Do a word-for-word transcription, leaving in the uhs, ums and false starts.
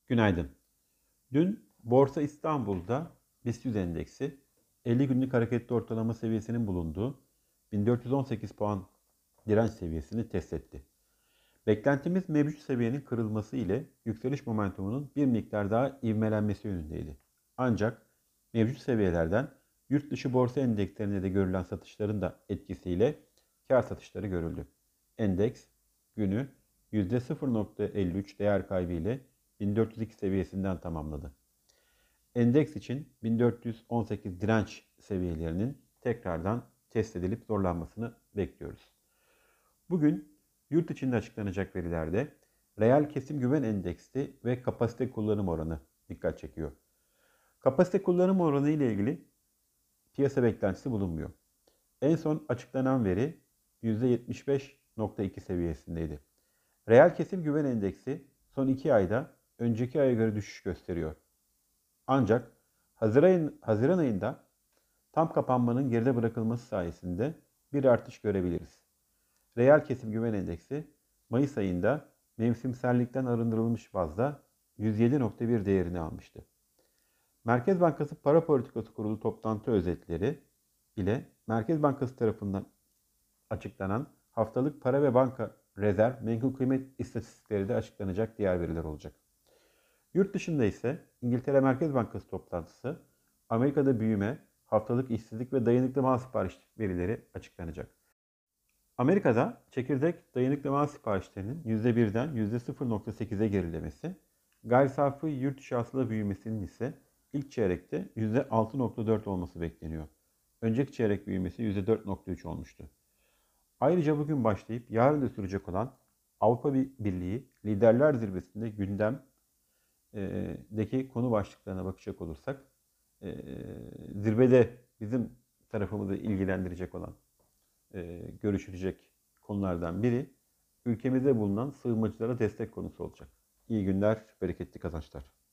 Günaydın. Dün Borsa İstanbul'da BIST yüz endeksi elli günlük hareketli ortalama seviyesinin bulunduğu bin dört yüz on sekiz puan direnç seviyesini test etti. Beklentimiz mevcut seviyenin kırılması ile yükseliş momentumunun bir miktar daha ivmelenmesi yönündeydi. Ancak mevcut seviyelerden yurt dışı borsa endekslerinde de görülen satışların da etkisiyle kar satışları görüldü. Endeks günü yüzde sıfır nokta elli üç değer kaybı ile bin dört yüz iki seviyesinden tamamladı. Endeks için bin dört yüz on sekiz direnç seviyelerinin tekrardan test edilip zorlanmasını bekliyoruz. Bugün yurt içinde açıklanacak verilerde reel kesim güven endeksi ve kapasite kullanım oranı dikkat çekiyor. Kapasite kullanım oranı ile ilgili piyasa beklentisi bulunmuyor. En son açıklanan veri yüzde yetmiş beş nokta iki seviyesindeydi. Reel kesim güven endeksi son iki ayda önceki aya göre düşüş gösteriyor. Ancak Haziran, Haziran ayında tam kapanmanın geride bırakılması sayesinde bir artış görebiliriz. Reel kesim güven endeksi Mayıs ayında mevsimsellikten arındırılmış bazda yüz yedi nokta bir değerini almıştı. Merkez Bankası Para Politikası Kurulu toplantı özetleri ile Merkez Bankası tarafından açıklanan haftalık para ve banka rezerv menkul kıymet istatistikleri de açıklanacak diğer veriler olacak. Yurt dışında ise İngiltere Merkez Bankası toplantısı, Amerika'da büyüme, haftalık işsizlik ve dayanıklı mal sipariş verileri açıklanacak. Amerika'da çekirdek dayanıklı mal siparişlerinin yüzde birden yüzde sıfır nokta sekize gerilemesi, gayri safi yurt içi hasıla büyümesinin ise ilk çeyrekte yüzde altı nokta dört olması bekleniyor. Önceki çeyrek büyümesi yüzde dört nokta üç olmuştu. Ayrıca bugün başlayıp yarın da sürecek olan Avrupa Birliği Liderler Zirvesi'nde gündemdeki konu başlıklarına bakacak olursak, zirvede bizim tarafımızı ilgilendirecek olan, görüşülecek konulardan biri ülkemizde bulunan sığınmacılara destek konusu olacak. İyi günler, bereketli kazançlar.